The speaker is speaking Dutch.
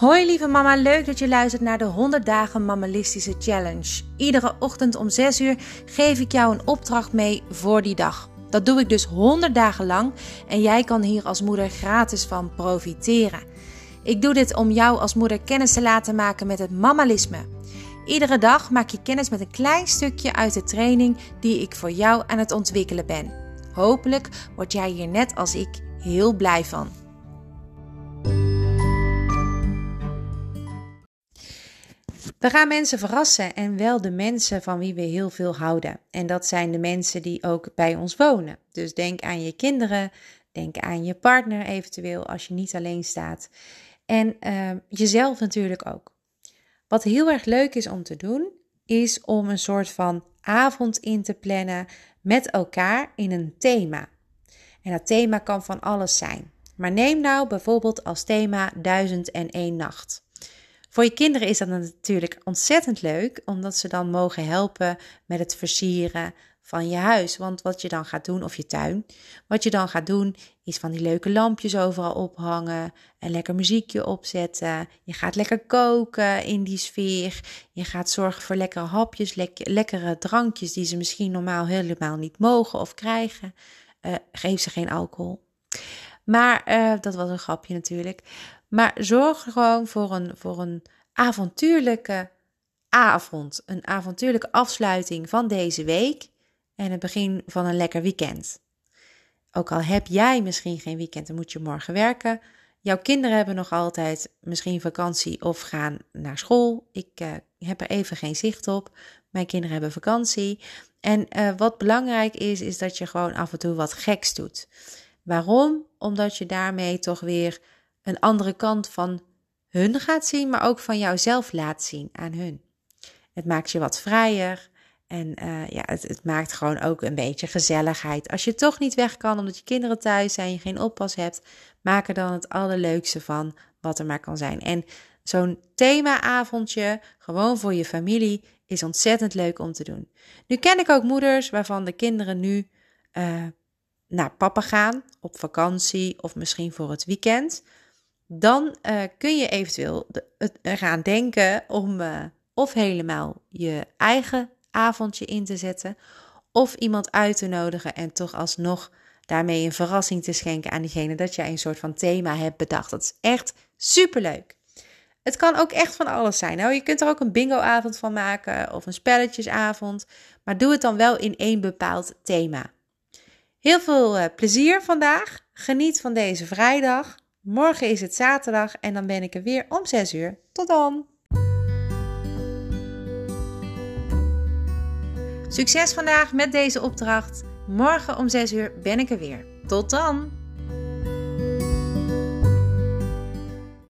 Hoi lieve mama, leuk dat je luistert naar de 100 dagen Mammalistische Challenge. Iedere ochtend om 6 uur geef ik jou een opdracht mee voor die dag. Dat doe ik dus 100 dagen lang en jij kan hier als moeder gratis van profiteren. Ik doe dit om jou als moeder kennis te laten maken met het mammalisme. Iedere dag maak je kennis met een klein stukje uit de training die ik voor jou aan het ontwikkelen ben. Hopelijk word jij hier net als ik heel blij van. We gaan mensen verrassen en wel de mensen van wie we heel veel houden. En dat zijn de mensen die ook bij ons wonen. Dus denk aan je kinderen, denk aan je partner eventueel als je niet alleen staat. En jezelf natuurlijk ook. Wat heel erg leuk is om te doen, is om een soort van avond in te plannen met elkaar in een thema. En dat thema kan van alles zijn. Maar neem nou bijvoorbeeld als thema 1001 nacht. Voor je kinderen is dat natuurlijk ontzettend leuk, omdat ze dan mogen helpen met het versieren van je huis. Want wat je dan gaat doen, of je tuin, wat je dan gaat doen, is van die leuke lampjes overal ophangen, een lekker muziekje opzetten. Je gaat lekker koken in die sfeer. Je gaat zorgen voor lekkere hapjes, lekkere drankjes die ze misschien normaal helemaal niet mogen of krijgen. Geef ze geen alcohol. Maar dat was een grapje natuurlijk. Maar zorg gewoon voor een avontuurlijke avond. Een avontuurlijke afsluiting van deze week. En het begin van een lekker weekend. Ook al heb jij misschien geen weekend en moet je morgen werken. Jouw kinderen hebben nog altijd misschien vakantie of gaan naar school. Ik heb er even geen zicht op. Mijn kinderen hebben vakantie. En wat belangrijk is dat je gewoon af en toe wat geks doet. Waarom? Omdat je daarmee toch weer een andere kant van hun gaat zien, maar ook van jouzelf laat zien aan hun. Het maakt je wat vrijer en het maakt gewoon ook een beetje gezelligheid. Als je toch niet weg kan omdat je kinderen thuis zijn, je geen oppas hebt, maak er dan het allerleukste van wat er maar kan zijn. En zo'n themaavondje, gewoon voor je familie, is ontzettend leuk om te doen. Nu ken ik ook moeders waarvan de kinderen nu naar papa gaan, op vakantie of misschien voor het weekend. Dan kun je eventueel eraan denken om of helemaal je eigen avondje in te zetten, of iemand uit te nodigen en toch alsnog daarmee een verrassing te schenken aan diegene dat jij een soort van thema hebt bedacht. Dat is echt superleuk. Het kan ook echt van alles zijn. Nou, je kunt er ook een bingoavond van maken of een spelletjesavond, maar doe het dan wel in één bepaald thema. Heel veel plezier vandaag. Geniet van deze vrijdag. Morgen is het zaterdag en dan ben ik er weer om 6 uur. Tot dan! Succes vandaag met deze opdracht. Morgen om 6 uur ben ik er weer. Tot dan!